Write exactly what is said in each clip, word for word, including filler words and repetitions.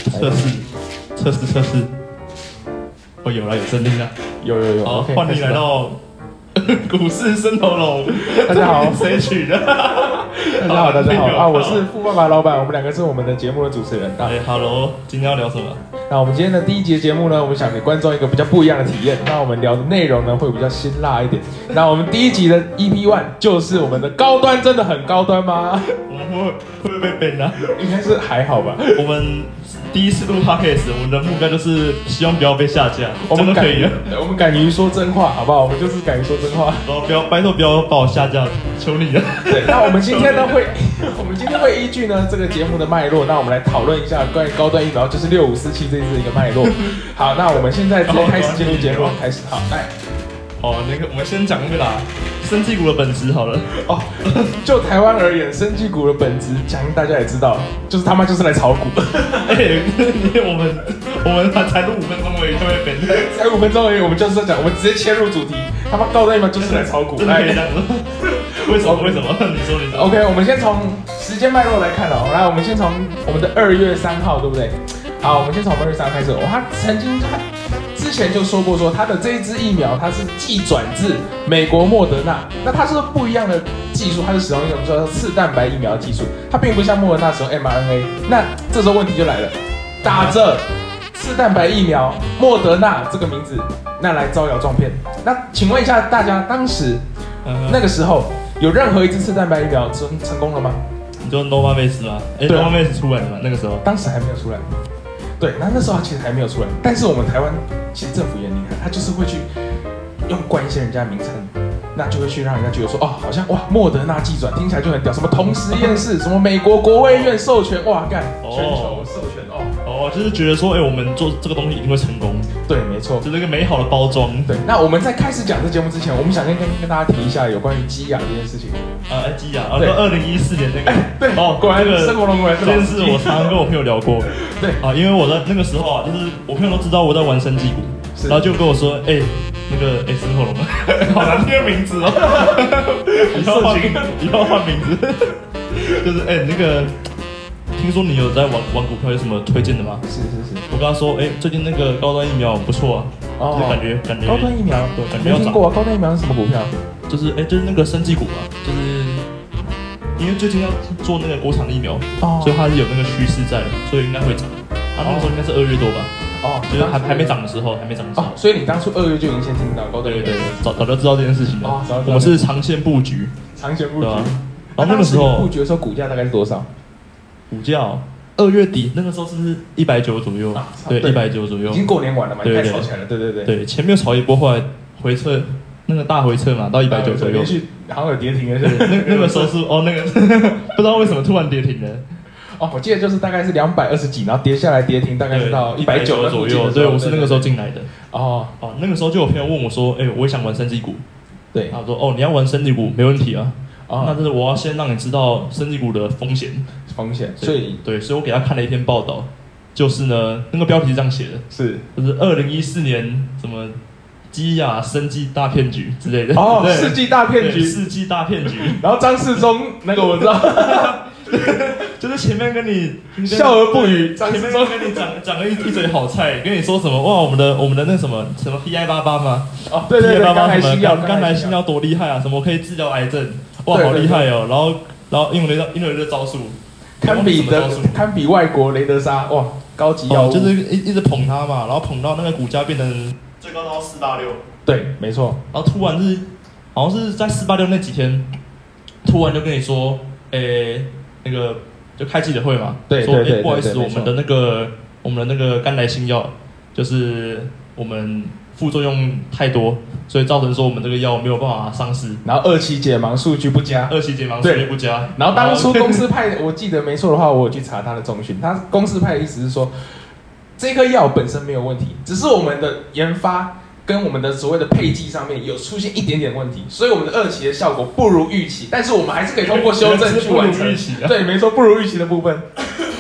测试，测试，测试。哦，有了，有声音了， 有有有。 好，欢迎来到股市生头龙。 大家好， 谁取的？ 大家好，大家好啊！我是富爸爸老板，我们两个是我们的节目的主持人。 哎 ，Hello， 今天要聊什么？ 那我们今天的第一集的节目呢，我们想给观众一个比较不一样的体验。那我们聊的内容呢，会比较辛辣一点。那我们第一集的 E P 一 就是我们的高端，真的很高端吗？ 我们会会不会被 ban 啊？ 应该是还好吧。 我们第一次录 podcast， 我们的目标就是希望不要被下架， 我们可以了。 我们敢于说真话，好不好？我们就是敢于说真话。 然后不要，拜托不要把我下架，求你了。 对，那我们今天呢会，我们今天会依据呢这个节目的脉络，那我们来讨论一下关于高端疫苗，就是六五四七这一次的一个脉络。好，那我们现在直接开始进入节目，开始。好，来。 哦，那个我们先讲那个啦，生技股的本质好了。 哦，就台湾而言，生技股的本质，相信大家也知道，就是他妈就是来炒股。 哎、欸，我们我们才录五分钟而已，就会被才五分钟而已，我们就是在讲，我们直接切入主题，他妈高端疫苗就是来炒股。 真的可以这样子？为什么？为什么？你说你说。 OK， 我们先从时间脉络来看哦，来，我们先从我们的二月三号，对不对？好，我们先从二月三号开始。哦，他曾经他之前就说过，说他的这一支疫苗，它是寄转自美国莫德纳，那它是不一样的技术，它是使用一种叫做次蛋白疫苗的技术，它并不像莫德纳使用 M R N A。那这时候问题就来了，打着次蛋白疫苗莫德纳这个名字，那来招摇撞骗。那请问一下大家，当时那个时候有任何一支次蛋白疫苗成成功了吗？ 你就 Novavax 吗？哎、欸、，Novavax 出来了吗？那个时候， 当时还没有出来。对，那那时候他其实还没有出来，但是我们台湾其实政府也厉害，他就是会去用冠一些人家的名称，那就会去让人家觉得说，哦，好像哇，莫德纳技转听起来就很屌，什么同实验室，什么美国国卫院授权，哇，干，全球授权哦， 哦，就是觉得说，哎、欸，我们做这个东西一定会成功。 对，没错， 就是一个美好的包装。 对，那我们在开始讲这节目之前，我们想先跟跟大家提一下有关于基亚这件事情。 啊，哎，基亚，啊，二零一四年那个， 哎，对，哦，果然那个生活龙果然这件事，我常常跟我朋友聊过。 对， 啊，因为我在那个时候啊，就是我朋友都知道我在玩生技股，然后就跟我说，哎、欸，那个，哎、欸，生活龙，好难听的名字哦，以后换，以后换名字，就是哎、欸，那个。听说你有在玩玩股票，有什么推荐的吗？ 是是是， 我跟他说，哎、欸，最近那个高端疫苗不错啊，哦，就感觉感觉高端疫苗， 对，感觉要涨。 没听过啊，高端疫苗是什么股票？ 就是哎、欸，就是那个生技股啊，就是因为最近要做那个国产疫苗，哦，所以它是有那个趋势在，所以应该会涨。它、啊、那个时候应该是二月多吧？哦，就是还还没涨的时候，还没涨的时候。哦， 所以你当初二月就已经先听到高端疫苗，对对对， 早早就知道这件事情了。哦，早我们是长线布局， 长线布局。 然后那个时候布局的时候，股价大概是多少？ 股价。二月底那个时候是不是一百九左右？啊、对，一百九左右。 已经过年晚了嘛，太炒起来了。对对对。 对，前面有炒一波，后来回撤，那个大回撤嘛，到一百九左右。 连续好像有跌停的。 那那个时候是哦，那个不知道为什么突然跌停了。 哦，我记得就是大概是两百二十几，然后跌下来跌停，大概是到一百九左右。对，我是那个时候进来的。哦哦，那个时候就有朋友问我说：“哎、欸，我也想玩生技股。”对，他说：“哦，你要玩生技股没问题啊。”哦，那就是我要先让你知道生技股的风险。 风险，所以对，所以我给他看了一篇报道，就是呢，那个标题是这样写的， 是， 就是二零一四年什么基亚生技大骗局之类的， 哦，世纪大骗局， 世纪大骗局， 然后张世忠那个我知道， 就是前面跟你笑而不语， 前面跟你讲讲了一一嘴好菜，跟你说什么哇，我们的我们的那什么什么 P I 八八吗？ 哦，对对对，肝癌新药， 肝癌新药多厉害啊，什么可以治疗癌症，哇，好厉害哦，然后然后用了用了一个招数。 堪比的，堪比外国雷德沙，哇，高级药物， 哦、就是一一直捧它嘛，然后捧到那个股价变成最高到四八六， 对，没错。 然后突然是，好像是在四八六那几天，突然就跟你说，诶、欸，那个就开记者会嘛， 对说， 对对， 欸、不好意思，我们的那个我们的那个肝癌新药，就是我们副作用太多，所以造成说我们这个药没有办法上市， 然后二期解盲数据不佳， 二期解盲数据不佳。 然后当初公司派，我记得没错的话，我有去查他的重讯，他公司派的意思是说，这颗药本身没有问题，只是我们的研发跟我们的所谓的配剂上面有出现一点点问题，所以我们的二期的效果不如预期，但是我们还是可以通过修正去完成。 啊、 对，没错，不如预期的部分。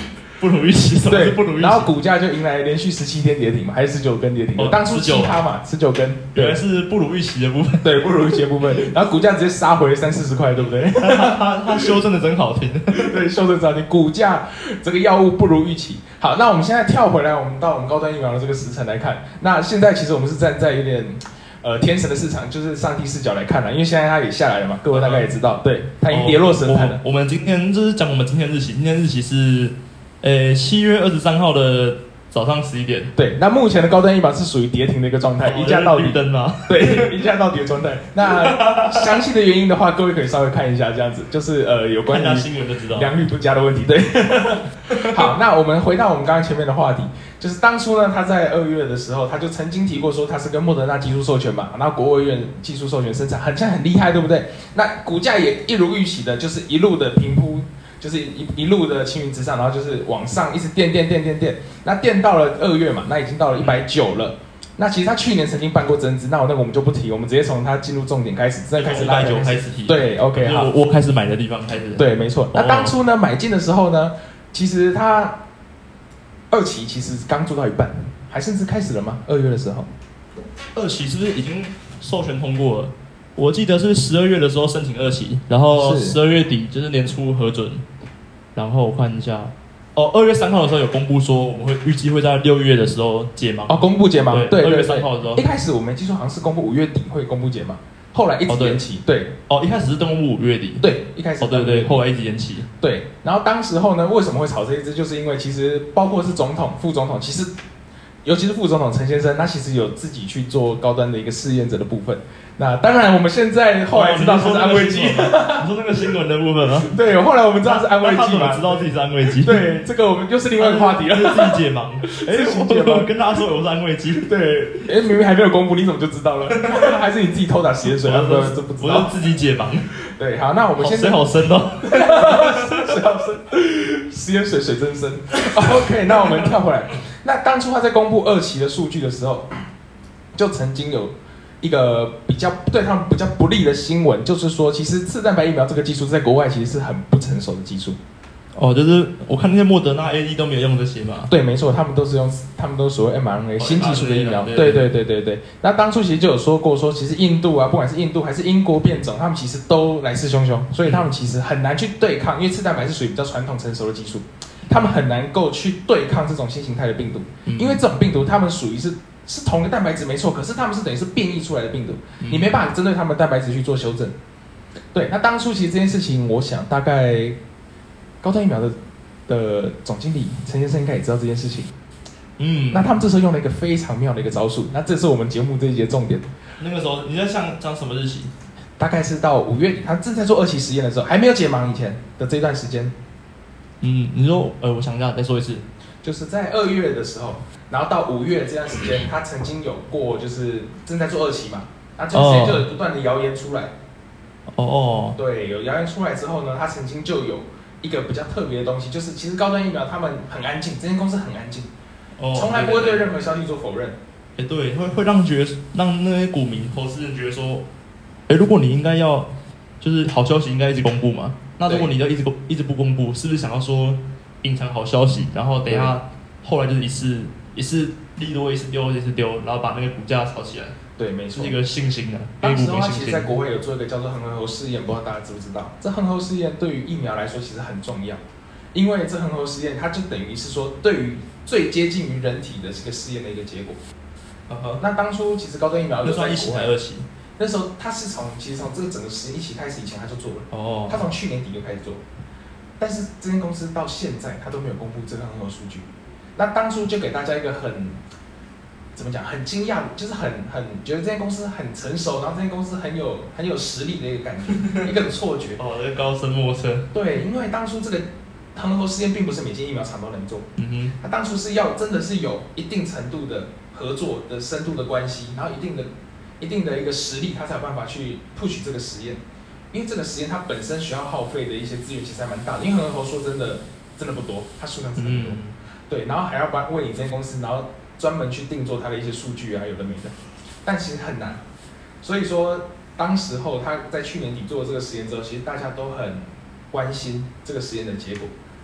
不如预期，什么是不如预期？ 然后股价就迎来连续十七天跌停嘛，还是十九根跌停？ 哦当初七趴嘛，十九根， 原来是不如预期的部分。 对，不如预期的部分。然后股价直接杀回三四十块，对不对？ 他他他修正的真好听。 对，修正真好听。股价这个药物不如预期。好，那我们现在跳回来，我们到我们高端疫苗的这个时程来看。那现在其实我们是站在有点。呃，天神的市场就是上帝视角来看了，因为现在它也下来了嘛，各位大概也知道，对，它已经跌落神坛了。 哦、我, 我们今天就是讲我们今天日期，今天日期是，呃，七月二十三号的早上十一点。 对，那目前的高端疫苗是属于跌停的一个状态，一价到底。 绿灯吗？ 对，一价到底的状态。那详细的原因的话，各位可以稍微看一下，这样子就是呃有关于新闻就知道良率不佳的问题。对。好，那我们回到我们刚刚前面的话题。就是当初呢，他在二月的时候，他就曾经提过说他是跟莫德纳技术授权嘛，然后国务院技术授权生产，很像很厉害，对不对？那股价也一如预期的，就是一路的平铺，就是一一路的青云直上，然后就是往上一直垫垫垫垫垫，那垫到了二月嘛，那已经到了一百九了。那其实他去年曾经办过增资，那我那个我们就不提，我们直接从他进入重点开始，真的开始拉九开始提。 对 ，OK， 好， 我开始买的地方开始。 对，没错。那当初呢，买进的时候呢，其实他二期其实刚做到一半。还甚至开始了吗？二月的时候， 二期是不是已经授权通过了？我记得是十二月的时候申请二期，然后十二月底就是年初核准，然后我看一下，哦，二月三号的时候有公布说我们会预计会在六月的时候解盲。 哦，公布解盲，对， 二月三号的时候， 一开始我没记错，好像是公布五月底会公布解盲，后来一直延期。对， 哦，一开始是公布五月底， 对，一开始。 哦，对对，后来一直延期。 对，然后当时候呢，为什么会炒这一支？就是因为其实包括是总统、副总统，其实。尤其是副总统陈先生，他其实有自己去做高端的一个试验者的部分。那当然，我们现在后来知道他是安慰剂。 你说那个新闻的部分吗？ 对，后来我们知道是安慰剂嘛。 知道自己是安慰剂。 对，这个我们又是另外一个话题了。 自己解盲。哎，我跟大家说我是安慰剂。 对，哎，明明还没有公布，你怎么就知道了？还是你自己偷打实验水？啊，不，这不知道。 我是自己解盲。 对，好，那我们现在水好深哦。 水好深，实验水水真深。OK， 那我们跳回来。那当初他在公布二期的数据的时候，就曾经有一个比较对他们比较不利的新闻，就是说，其实次蛋白疫苗这个技术在国外其实是很不成熟的技术。 哦，就是我看那些莫德纳 A D 都没有用这些嘛。 对，没错，他们都是用，他们都所谓 M R N A 新技术的疫苗。对对对对对。那当初其实就有说过说，其实印度啊，不管是印度还是英国变种，他们其实都来势汹汹，所以他们其实很难去对抗，因为次蛋白是属于比较传统成熟的技术。他们很难够去对抗这种新形态的病毒，因为这种病毒它们属于是是同一个蛋白质没错，可是它们是等于是变异出来的病毒，你没办法针对它们的蛋白质去做修正。对，那当初其实这件事情，我想大概高端疫苗的的总经理陈先生应该也知道这件事情。嗯，那他们这时候用了一个非常妙的一个招数，那这是我们节目这一节重点。 那个时候你在想讲什么日期？ 大概是到五月底，他正在做二期实验的时候，还没有解盲以前的这段时间。 嗯，你说，呃，我想一下，再说一次， 就是在二月的时候，然后到五月这段时间，他曾经有过，就是正在做二期嘛，那这段时间就有不断的谣言出来。 哦哦， 对，有谣言出来之后呢，他曾经就有一个比较特别的东西，就是其实高端疫苗他们很安静，这间公司很安静，哦，从来不会对任何消息做否认。 哎，对，会会让觉得让那些股民、投资人觉得说，哎，如果你应该要，就是好消息应该一直公布嘛。那如果你要一直公一直不公布，是不是想要说隐藏好消息，然后等一下后来就是一次一次利多一次丢一次丢，然后把那个股价炒起来？ 对，没错， 是一个信心的。 当时的话，其实在国外有做一个叫做恒河试验，不知道大家知不知道？这恒河试验对于疫苗来说其实很重要，因为这恒河试验它就等于是说对于最接近于人体的这个试验的一个结果。Uh-huh. 那当初其实高端疫苗就算一期还二期。 那时候他是从其实从这个整个实验一起开始以前他就做了，哦，他从去年底就开始做，但是这间公司到现在他都没有公布这个很好的数据。那当初就给大家一个很怎么讲，很惊讶，就是很很觉得这间公司很成熟，然后这间公司很有很有实力的一个感觉，一个错觉。 哦，这个高深莫测。 对，因为当初这个恒河试验并不是每间疫苗厂都能做，嗯哼，他当初是要真的是有一定程度的合作的深度的关系，然后一定的。一定的一个实力，他才有办法去 push 这个实验，因为这个实验它本身需要耗费的一些资源其实还蛮大的，因为恒河说真的真的不多，它数量真的不多，嗯、对，然后还要帮为你这间公司，然后专门去定做它的一些数据啊，有的没的，但其实很难，所以说当时候他在去年底做了这个实验之后，其实大家都很关心这个实验的结果，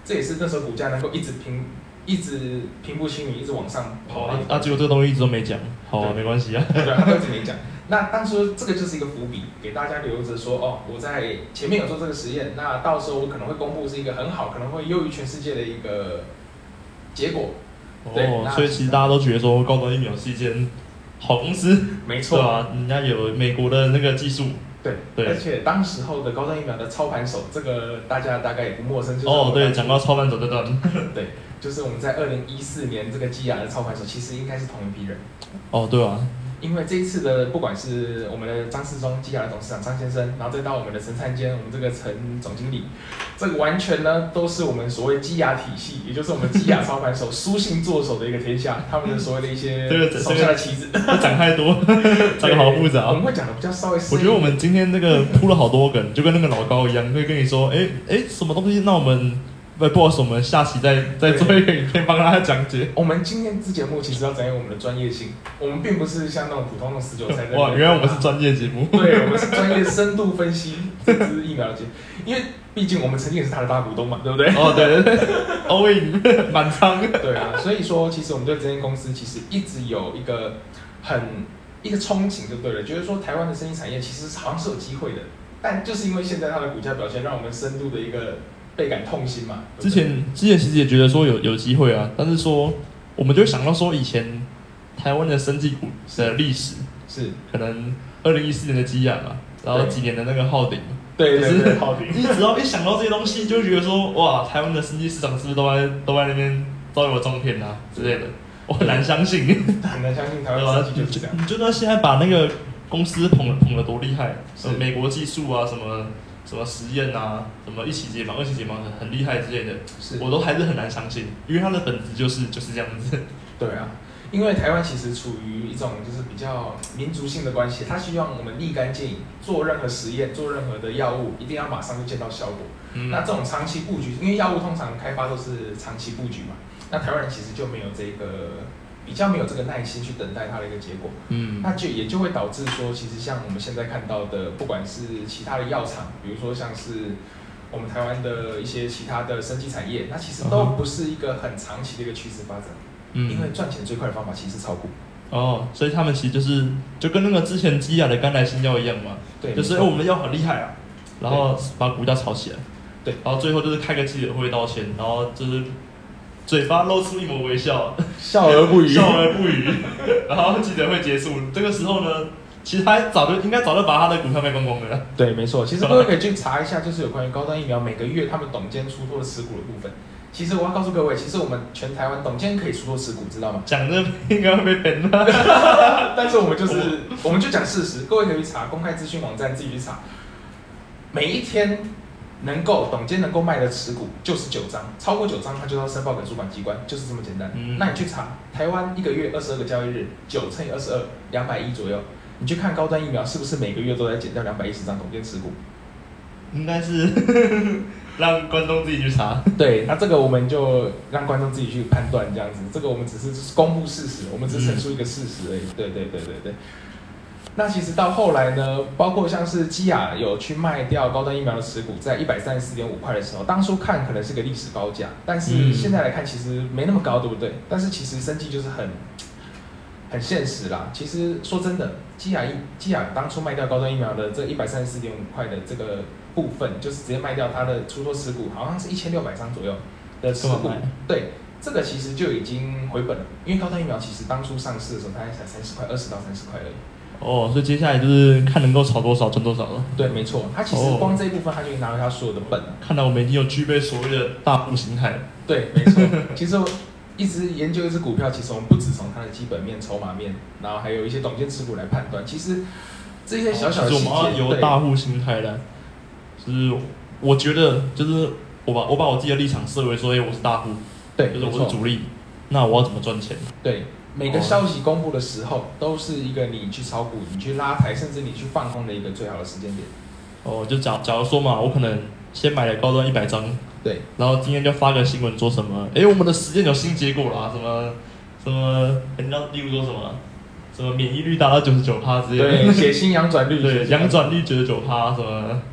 这也是那时候股价能够一直平一直平步青云，一直往上跑啊啊！结果这个东西一直都没讲，好啊，没关系啊。 对，他都一直没讲。那当初这个就是一个伏笔，给大家留着说哦，我在前面有做这个实验，那到时候我可能会公布是一个很好，可能会优于全世界的一个结果。 哦，所以其实大家都觉得说高端疫苗是一间好公司， 没错， 对啊，人家有美国的那个技术。 对，对，而且当时候的高端疫苗的操盘手，这个大家大概也不陌生，就是哦，对，讲到操盘手这段， 对，就是我们在二零一四年这个基亚的操盘手，其实应该是同一批人。 哦，对啊， 因为这一次的不管是我们的张世忠基亚的董事长张先生，然后再到我们的陈灿坚，我们这个陈总经理，这个完全呢都是我们所谓基亚体系，也就是我们基亚操盘手书信作手的一个天下，他们的所谓的一些手下的棋子， 讲太多，讲得好复杂。 我们会讲的比较稍微。 我觉得我们今天这个铺了好多梗，就跟那个老高一样，会跟你说，哎哎，什么东西？那我们。不，不好意思，我们下期再再做一个影片帮大家讲解。 我们今天这节目其实要展现我们的专业性，我们并不是像那种普通的十九菜。 哇，原来我们是专业节目。 对，我们是专业深度分析这支疫苗的节目，因为毕竟我们曾经也是他的大股东嘛，对不对？ 哦，对对对 ，all in 满仓。 对啊，所以说其实我们对这间公司其实一直有一个很一个憧憬，就对了，觉得说台湾的生技产业其实好像是有机会的，但就是因为现在它的股价表现，让我们深度的一个。倍感痛心嘛。 之前之前其实也觉得说有有机会啊，但是说我们就会想到说以前台湾的生技股的历史是可能二零一四年的基亚嘛，然后几年的那个浩鼎， 对对对，浩鼎。 你只要一想到这些东西，就会觉得说哇，台湾的生技市场是不是都在都在那边招摇撞骗啊之类的？我很难相信， 很难相信台湾生技就是这样。 你就说现在把那个公司捧了捧了多厉害，什么美国技术啊，什么。什么实验啊，什么一期解盲、二期解盲很很厉害之类的，我都还是很难相信，因为它的本质就是就是这样子。 对啊，因为台湾其实处于一种就是比较民族性的关系，它希望我们立竿见影，做任何实验、做任何的药物，一定要马上就见到效果。嗯、那这种长期布局，因为药物通常开发都是长期布局嘛，那台湾人其实就没有这个。比较没有这个耐心去等待它的一个结果，嗯，那就也就会导致说，其实像我们现在看到的，不管是其他的药厂，比如说像是我们台湾的一些其他的生技产业，那其实都不是一个很长期的一个趋势发展，嗯，因为赚钱最快的方法其实是炒股。 哦，所以他们其实就是就跟那个之前基亚的肝来新药一样嘛，对，就是、欸、我们的药很厉害啊，然后把股价炒起来， 对， 然后最后就是开个记者会道歉，然后就是。嘴巴露出一抹微笑， 笑而不语， 笑而不语。然后记者会结束，这个时候呢，其实他早就应该早就把他的股票卖光光了。 对，没错。其实各位可以去查一下，就是有关于高端疫苗每个月他们董监出脱的持股的部分。其实我要告诉各位，其实我们全台湾董监可以出脱持股，知道吗？ 讲这应该会被喷吧？ 但是我们就是我们就讲事实，各位可以去查公开资讯网站自己去查，每一天。能够董监能够卖的持股就是九张，超过九张它就要申报给主管机关，就是这么简单。嗯、那你去查台湾一个月二十二个交易日，九乘以二十二，两百亿左右。你去看高端疫苗是不是每个月都在减掉两百一十张董监持股？ 应该是让观众自己去查。 对，那这个我们就让观众自己去判断，这样子。这个我们只是公布事实，我们只是陈述一个事实而已。嗯、对对对对对。那其实到后来呢，包括像是基亚有去卖掉高端疫苗的持股，在一百三十四点五块的时候，当初看可能是个历史高价，但是现在来看其实没那么高，对不对？但是其实生技就是很很现实啦。其实说真的，基亚基亚当初卖掉高端疫苗的这一百三十四点五块的这个部分，就是直接卖掉它的出脱持股，好像是一千六百张左右的持股，对。这个其实就已经回本了，因为高端疫苗其实当初上市的时候，它才三十块，二十到三十块而已。 哦，所以接下来就是看能够炒多少赚多少了。 对，没错，它其实光这一部分，它就已经拿回它所有的本了。 看来我们已经有具备所谓的大户心态了。 对，没错。其实我一直研究一只股票，其实我们不只从它的基本面、筹码面，然后还有一些董监持股来判断。其实这些小小的细节， 我们要有大户心态的。就是我觉得，就是我把我把我自己的立场设为说，哎，我是大户， 对， 就是我是主力，那我要怎么赚钱？ 对。每个消息公布的时候，都是一个你去炒股、你去拉抬，甚至你去放空的一个最好的时间点。 哦，就假假如说嘛，我可能先买了高端一百张， 对， 然后今天就发个新闻说什么，哎，我们的实验有新结果啦，什么什么，人家例如说什么，什么免疫率达到九十九趴之类的， 对，血清阳转率， 对，阳转率九十九趴，什么，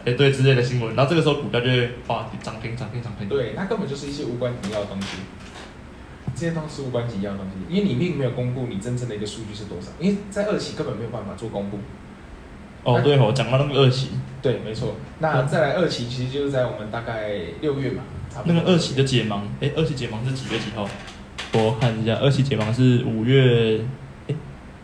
哎对之类的新闻，然后这个时候股价就会哇涨停涨停涨停。 对，它根本就是一些无关紧要的东西，这些东西是无关紧要的东西，因为你并没有公布你真正的一个数据是多少，因为在二期根本没有办法做公布。 哦对哦，讲到那个二期， 对，没错。那再来二期，其实就是在我们大概六月嘛，差不多。 那个二期的解盲，哎，二期解盲是几月几号？我看一下，二期解盲是五月，哎，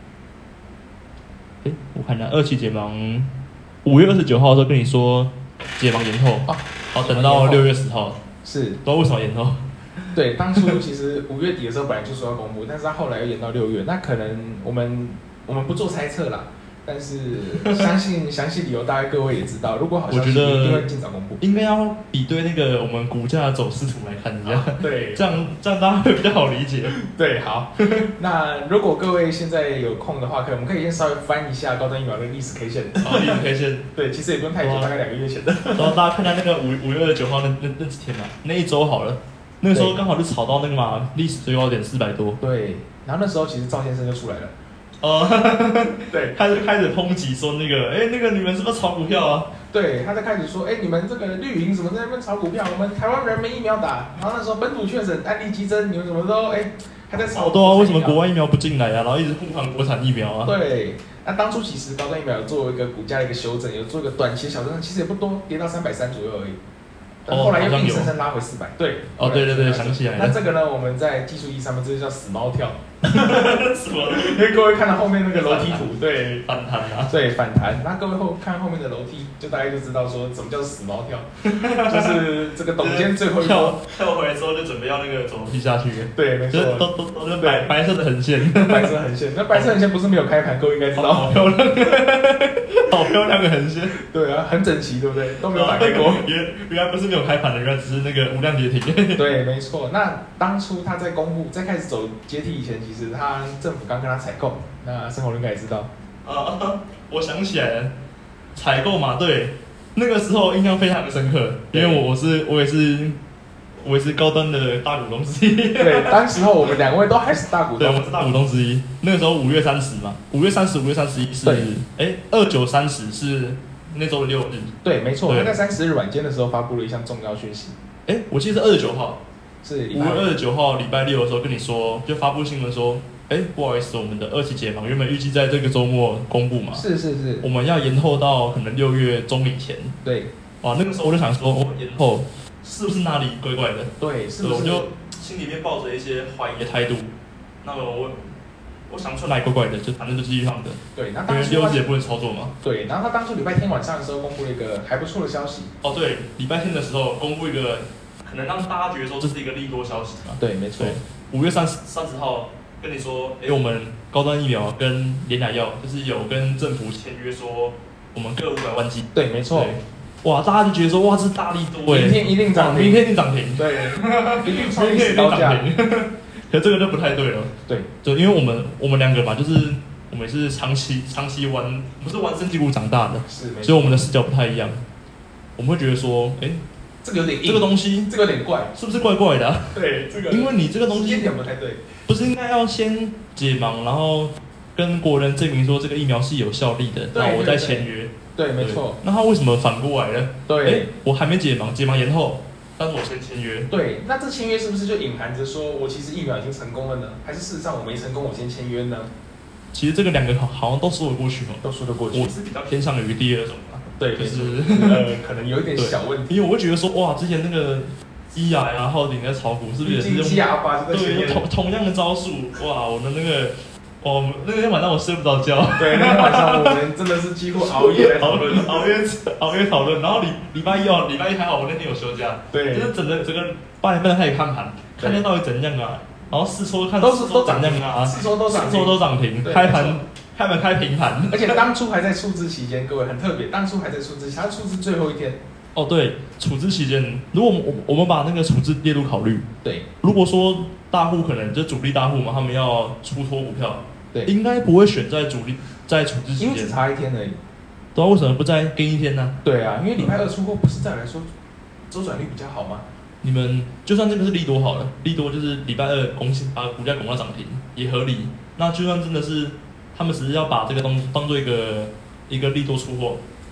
哎，我看一下，二期解盲五月二十九号的时候跟你说解盲延后， 哦， 好，等到六月十号， 是， 不知道为什么延后。 对，当初其实五月底的时候本来就说要公布，但是他后来又延到六月，那可能我们我们不做猜测啦。但是相信详细理由，大概各位也知道。如果好消息，一定会尽早公布。 应该要比对那个我们股价的走势图来看一下， 啊、对， 这样这样大家会比较好理解。 对，好。那如果各位现在有空的话，可以我们可以先稍微翻一下高端疫苗的历史 K 线。 好，历史 K 线。 对，其实也不用太久，大概两个月前的。 然后大家看看那个五五月二十九号那那那几天嘛，那一周好了，那个时候刚好就炒到那个嘛历史最高点四百多。 对，然后那时候其实赵先生就出来了。 哦， 对， 开始开始抨击说那个，哎，那个你们是不是炒股票啊？ 对，他在开始说，哎，你们这个绿营怎么在那边炒股票？我们台湾人没疫苗打，然后那时候本土确诊案例激增，你们怎么都哎还在炒？ 好多啊，为什么国外疫苗不进来啊？然后一直护航国产疫苗啊？ 对，那当初其实高端疫苗有做一个股价的一个修正，有做一个短期小修正，其实也不多，跌到三百三左右而已。但后来又硬生生拉回四百，对， 哦，对对对，想起来了。 那这个呢，我们在技术意义上面，这就叫死猫跳。什么？因为各位看到后面那个楼梯图，对， 反弹啊， 对，反弹。那各位后看后面的楼梯，就大概就知道说什么叫死猫跳，就是这个董监最后一跳跳回来之后就准备要那个走楼梯下去。 对，没错， 都都都是白白色的横线， 白色横线。那白色横线不是没有开盘，各位应该知道。 好漂亮，好漂亮的横线。 对啊，很整齐，对不对？都没有打开过。 原原来不是没有开盘的，原来只是那个无量跌停。 对，没错。那当初他在公布在开始走阶梯以前，其实他政府刚跟他采购，那生活应该也知道。 啊，我想起来了，采购嘛，对，那个时候印象非常的深刻，因为我我是我也是我也是高端的大股东之一。 对，当时候我们两位都还是大股东， 对，我们是大股东之一。那个时候五月三十嘛，五月三十、五月三十一是，哎，二九三十是那周的六日。 对，没错，他在三十日晚间的时候发布了一项重要讯息。 哎，我记得是二十九号， 是五月二十九号礼拜六的时候跟你说，就发布新闻说。哎，不好意思，我们的二期解盲原本预计在这个周末公布嘛， 是是是， 我们要延后到可能六月中以前。 对， 哇，那个时候我就想说，我、哦、延后是不是哪里怪怪的？ 对，是不是？ 我就心里面抱着一些怀疑的态度。那么我我想出来怪怪的，就反正就继续放的。 对，那因为六日也不能操作嘛。 对，然后他当初礼拜天晚上的时候公布了一个还不错的消息。 哦，对，礼拜天的时候公布一个，可能让大家觉得说这是一个利多消息嘛。 对，没错。 五月三十三十号。跟你说，哎，我们高端疫苗跟联雅药就是有跟政府签约，说我们各五百万剂。 对，没错。 哇，大家就觉得说，哇，这是大力多哎， 明天一定涨停， 明天一定涨停， 对，一定创历史高价。 可这个就不太对了。 对， 就因为我们我们两个嘛，就是我们是长期长期玩，不是玩生技股长大的， 是， 所以我们的视角不太一样。我们会觉得说，哎， 这个有点硬， 这个东西， 这个有点怪， 是不是怪怪的、啊？ 对，这个， 因为你这个东西时间点不太对。 不是应该要先解盲，然后跟国人证明说这个疫苗是有效力的，然后我再签约。 对，没错。 那他为什么反过来呢？ 对， 我还没解盲，解盲延后，但是我先签约。 对，那这签约是不是就隐含着说我其实疫苗已经成功了呢？还是事实上我没成功，我先签约呢？ 其实这个两个好好像都说得过去哦， 都说得过去。 我是比较偏向于第二种啦。 对， 就是呃，可能有一点小问题， 因为我会觉得说，哇，之前那个。基亚呀，浩鼎在炒股，是不是也是用对同同样的招数？哇，我的那个，哦，那天晚上我睡不着觉。 对，那天晚上我们真的是几乎熬夜来讨论， 熬夜熬夜讨论。然后礼礼拜一哦，礼拜一还好，我那天有休假。 对， 就是整个整个八点半开始看盘，看见到底怎样啊？然后四周看都是都涨停啊， 四周都涨， 四周都涨停，开盘开盘开平盘。 而且当初还在处置期间，各位很特别，当初还在处置期，它处置最后一天。 哦，对，处置期间，如果我我们把那个处置列入考虑， 对， 如果说大户可能就主力大户嘛，他们要出脱股票， 对， 应该不会选在主力在处置期间， 因为只差一天而已。 对啊，为什么不再跟一天呢？ 对啊，因为礼拜二出货不是再来说周转率比较好吗？ 你们就算这个是利多好了，利多就是礼拜二拱把股价拱到涨停也合理。那就算真的是他们只是要把这个东当做一个一个利多出货。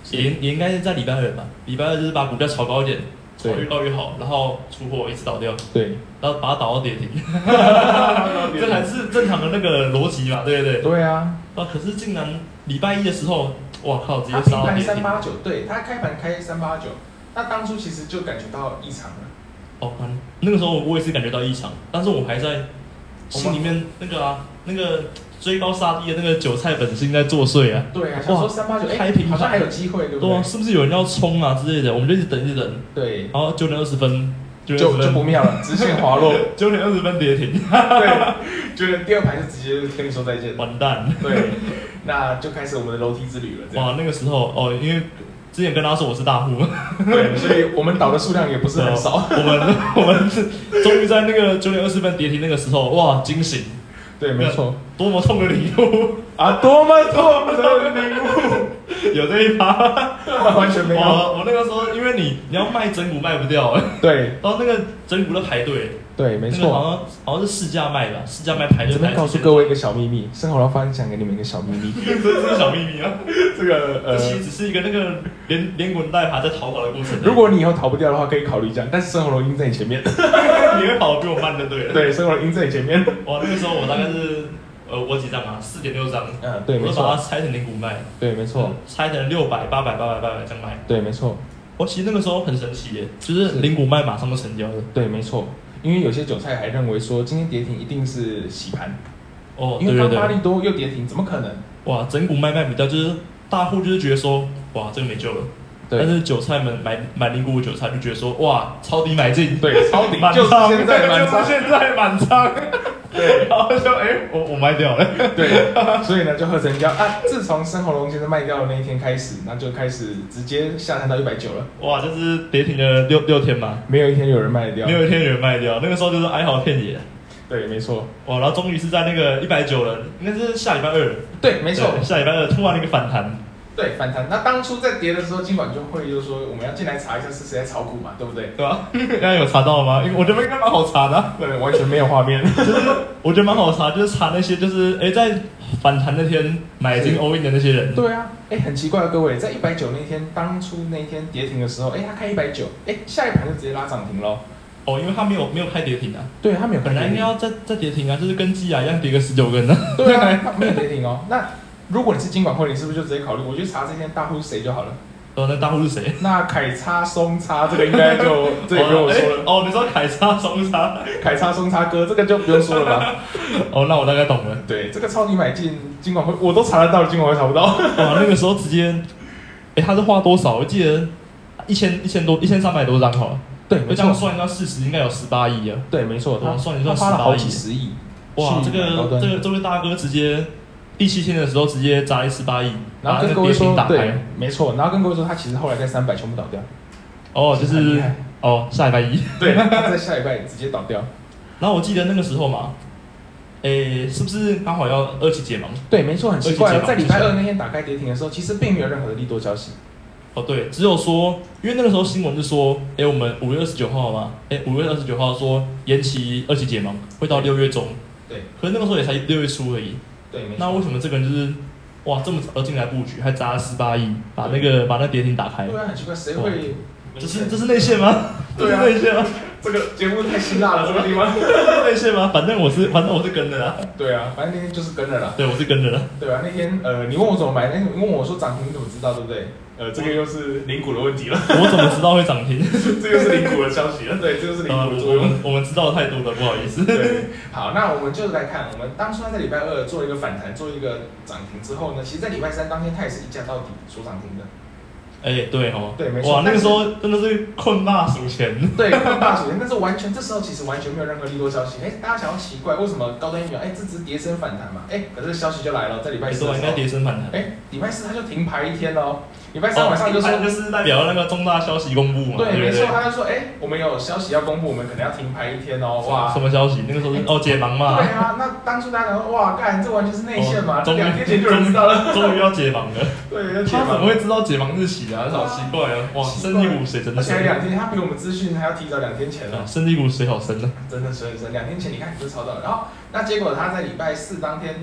也也应该是在礼拜二吧，礼拜二就是把股价炒高一点，炒越高越好，然后出货一直倒掉， 对， 然后把它倒到跌停，这还是正常的那个逻辑嘛，对不对？ 对啊， 啊，可是竟然礼拜一的时候，哇靠，直接它平盘杀到跌停。 三八九，对，它开盘开三八九，那当初其实就感觉到异常了。 哦，那个时候我也是感觉到异常，但是我还在心里面那个啊，那个追高杀低的那个韭菜本性在作祟啊。 对啊，想说三八九，哎，好像还有机会，对不对？ 对啊，是不是有人要冲啊之类的？我们就一直等，一直等。 对。 然后九点二十分， 就就不妙了，直线滑落。 九点二十分跌停。 对，九点第二盘就直接跟你说再见。 完蛋。 对，那就开始我们的楼梯之旅了。 哇，那个时候哦，因为之前跟他说我是大户， 对，所以我们倒的数量也不是很少。 我们我们是终于在那个九点二十分跌停那个时候，哇，惊醒。 对，没错， 多么痛的领悟啊！多么痛的领悟， 有这一趴， 完全没有。 我我那个时候，因为你你要卖整股卖不掉，哎， 对， 然后那个整股在排队， 对，没错， 好像好像是市价卖吧，市价卖排队。 这边告诉各位一个小秘密，生活要分享给你们一个小秘密， 这是小秘密啊。 这个呃， 这其实只是一个那个连连滚带爬在逃跑的过程。 如果你以后逃不掉的话，可以考虑这样，但是生活龙鹰在你前面， 你会跑得比我慢的，对了。 对，生活龙鹰在你前面。 哇，那个时候我大概是。呃，我几张啊？四点六张。 嗯，对，没错。我把它拆成零股卖。 对，没错。 拆成六百、八百、八百、八百这样卖。 对，没错。 我其实那个时候很神奇耶，就是零股卖马上就成交了。 对，没错。因为有些韭菜还认为说今天跌停一定是洗盘。 哦， 因为刚发力多又跌停，怎么可能？ 哇，整股卖卖不掉，就是大户就是觉得说，哇，这个没救了。 对。 但是韭菜们买买零股的韭菜就觉得说，哇，抄底买进。 对，抄底就是现在满仓， 就是现在满仓。对，然后就哎、欸，我我卖掉了。 对，所以呢就贺成交啊。自从深喉龙先生卖掉的那一天开始，那就开始直接下探到一百九了。 哇，就是跌停了六六天嘛， 没有一天有人卖掉， 没有一天有人卖掉。那个时候就是哀嚎遍野。 对，没错。 哇，然后终于是在那个一百九了，应该是下礼拜二。 对，没错， 下礼拜二突然一个反弹。 对，反弹。那当初在跌的时候，金管就会就说我们要进来查一下是谁在炒股嘛，对不对？ 对啊，刚刚有查到吗？因为我觉得应该蛮好查的、啊。 对，完全没有画面。 就是我觉得蛮好查，就是查那些就是哎、欸、在反弹那天买进 all in 的那些人。 对啊，哎、欸，很奇怪的各位，在一百九那天，当初那天跌停的时候，哎、欸，它开一百九，哎，下一盘就直接拉涨停喽。 哦，因为它没有没有开跌停啊。 对，它没有开跌停。 本来应该要再再跌停啊，就是跟鸡啊一样跌个十九根啊。 对啊，它没有跌停哦。那如果你是金管会，你是不是就直接考虑，我去查这天大户是谁就好了？ 哦，那大户是谁？ 那凯叉松叉这个应该就这也不用我说了。 哦，你说凯叉松叉， 凯叉松叉哥这个就不用说了吧？ 哦，那我大概懂了。 对，这个超级买进金管会我都查得到，金管会查不到。 哇，那个时候直接，哎，他是花多少？我记得一千一千多，一千三百多张好了。 对，没错。 这样算应该四十，应该有十八亿啊。 对，没错。 他算一算， 花了好几十亿。 哇，这个这个这位大哥直接。第七天的时候直接砸一十八亿， 然后跟各位说，对，没错，然后跟各位说，他其实后来在三百全部倒掉。 哦，就是哦，下礼拜一， 对，他在下礼拜直接倒掉。 然后我记得那个时候嘛，诶，是不是刚好要二期解盲？ 对，没错，很奇怪，在礼拜二那天打开跌停的时候，其实并没有任何的利多消息。 哦，对，只有说，因为那个时候新闻就说，哎，我们五月二十九号嘛，哎，五月二十九号说延期二期解盲会到六月中， 对， 可是那个时候也才六月初而已。 对， 那为什么这个人就是哇这么早进来布局，还砸了十八亿，把那个把那跌停打开？ 对啊，很奇怪，谁会？ 这是这是内线吗？ 对啊， 内线吗？ 这个节目太辛辣了，这个地方内线吗？反正我是反正我是跟的啦。 对啊，反正那天就是跟的啦。 对，我是跟的啦。 对啊，那天呃，你问我怎么买，那你问我说涨停你怎么知道，对不对？呃，这个又是零股的问题了。 我怎么知道会涨停？ 这又是零股的消息了。对，这就是零股的作用。 我们我们知道太多了，不好意思。 对，好，那我们就来看，我们当初他在礼拜二做一个反弹，做一个涨停之后呢，其实在礼拜三当天它也是一价到底所涨停的。 哎、欸，对哦， 对，没错。 哇，那个时候真的是困霸数钱。 对，困霸数钱，但是完全这时候其实完全没有任何利多消息。哎、欸，大家想要奇怪，为什么高端疫苗？哎、欸，这只跌升反弹嘛？哎、欸，可是消息就来了，在礼拜四的时候， 应该跌升反弹。 哎、欸，礼拜四它就停牌一天喽。礼拜三晚上就说， 哦、就是代表那个重大消息公布嘛。 对， 对对没错，他就说，哎、欸，我们有消息要公布，我们可能要停牌一天哦。哇， 什么消息？那个时候是、欸、哦解盲嘛。 对啊，那当初大家说，哇，干，这完全是内线嘛，这、哦、两天前就有人知道了， 终于要解盲了。 对，要解盲。 他怎么会知道解盲日期啊？好奇怪啊！哇，生技股水真的深。 而且两天，他比我们资讯还要提早两天前了。 生技股水好深啊！ 真的水很深，两天前你看就抄到了。然后，那结果他在礼拜四当天。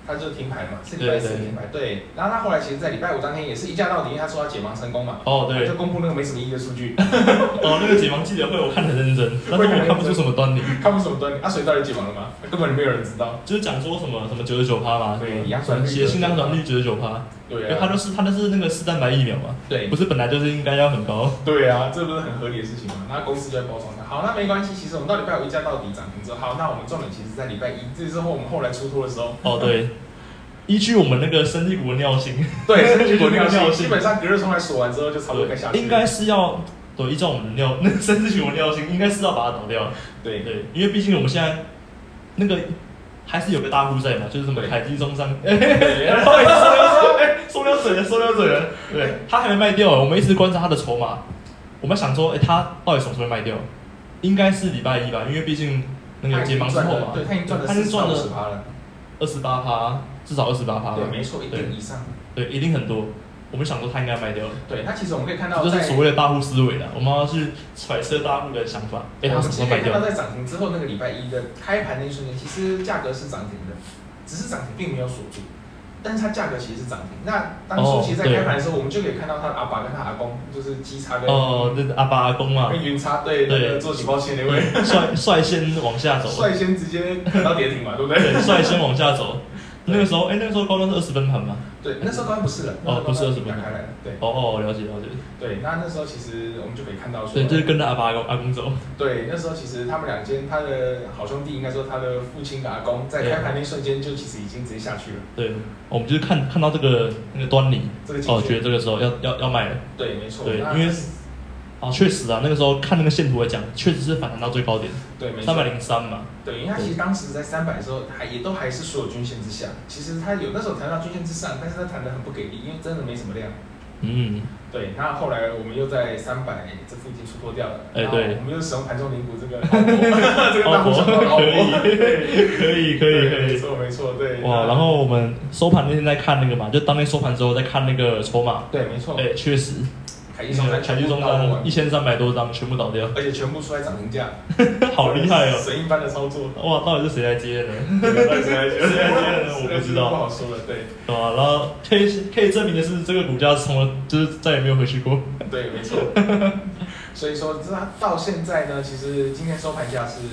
他就停牌嘛，是礼拜四停牌。对, 对，然后他后来其实，在礼拜五当天也是一价到底，因为他说他解盲成功嘛。 哦，对， 就公布那个没什么意义的数据。 哦，那个解盲记者会我看得很认真，但是我看不出什么端倪。 看不出什么端倪，啊，所以到底解盲了吗？根本没有人知道。 就是讲说什么什么九十九趴嘛， 对，阳传率， 血清阳传率九十九趴。对啊，因为他就是他那是那个四蛋白疫苗嘛。 对， 不是本来就是应该要很高。 对啊，这不是很合理的事情吗？那公司就在包装它。好，那没关系，其实我们到礼拜五一价到底涨停之后，好，那我们重点其实在礼拜一，这之后我们后来出脱的时候。 哦，对。依据我们那个生技股的尿性， 对，生技股的尿性，基本上隔日冲来锁完之后就差不多该下去。 应该是要，对，依照我们的尿，那个生技股的尿性，应该是要把它倒掉。 对对，因为毕竟我们现在那个还是有个大户在嘛，就是什么凯基中商，哎，不好意思，收溜嘴了，收溜嘴了。对，他还没卖掉，我们一直观察他的筹码，我们想说，哎，他到底什么时候会卖掉？应该是礼拜一吧，因为毕竟那个解盲之后嘛， 对，他已经赚了， 他已经赚了十趴了， 二十八趴。至少二十八趴， 对，没错，一定以上， 对，一定很多。我们想说他应该卖掉了， 对，他其实我们可以看到， 这是所谓的大户思维啦，我们要去揣测大户的想法。哎，他什么时候卖掉？ 我们可以看到在涨停之后那个礼拜一的开盘那一瞬间，其实价格是涨停的，只是涨停并没有锁住，但是它价格其实是涨停。那当初其实，在开盘的时候，我们就可以看到他的阿爸跟他阿公，就是基差跟哦，对，阿爸阿公嘛， 跟云差对对做起包线那位， 率率先往下走， 率先直接看到跌停嘛，对不对？ 对，率先往下走。那个时候，哎，那个时候高端是二十分盘吗？ 对，那时候高端不是了， 哦，不是二十分盘开来的，对。 哦哦，了解了解。 对，那那时候其实我们就可以看到说， 对，就是跟着阿爸阿公阿公走。 对，那时候其实他们两间，他的好兄弟，应该说他的父亲跟阿公，在开盘那一瞬间就其实已经直接下去了。 对，我们就是看看到这个那个端倪， 这个哦，觉得这个时候要要要卖了。 对，没错。 对，因为。哦，确实啊，那个时候看那个线图来讲，确实是反弹到最高点， 对，没错， 三百零三嘛。 对，因为它其实当时在三百的时候，还也都还是所有均线之下。其实它有那时候弹到均线之上，但是它弹得很不给力，因为真的没什么量。 嗯。 对，那后来我们又在三百这附近出脱掉了。 哎，对。 我们又使用盘中零股这个这个大户小包的可以，可以，可以，可以。 没错，没错，对。 哇，然后我们收盘那天在看那个嘛，就当天收盘之后再看那个筹码。 对，没错。 哎，确实。 凯基中山， 凯基中山一千三百多张全部倒掉， 而且全部出来涨停价， 好厉害哦！ 神一般的操作， 哇，到底是谁来接的呢？ 谁来接？谁来接的呢？ 我不知道， 不好说了，对。 对吧？然后可以可以证明的是，这个股价从就是再也没有回去过。 对，没错。所以说，这到现在呢，其实今天收盘价是。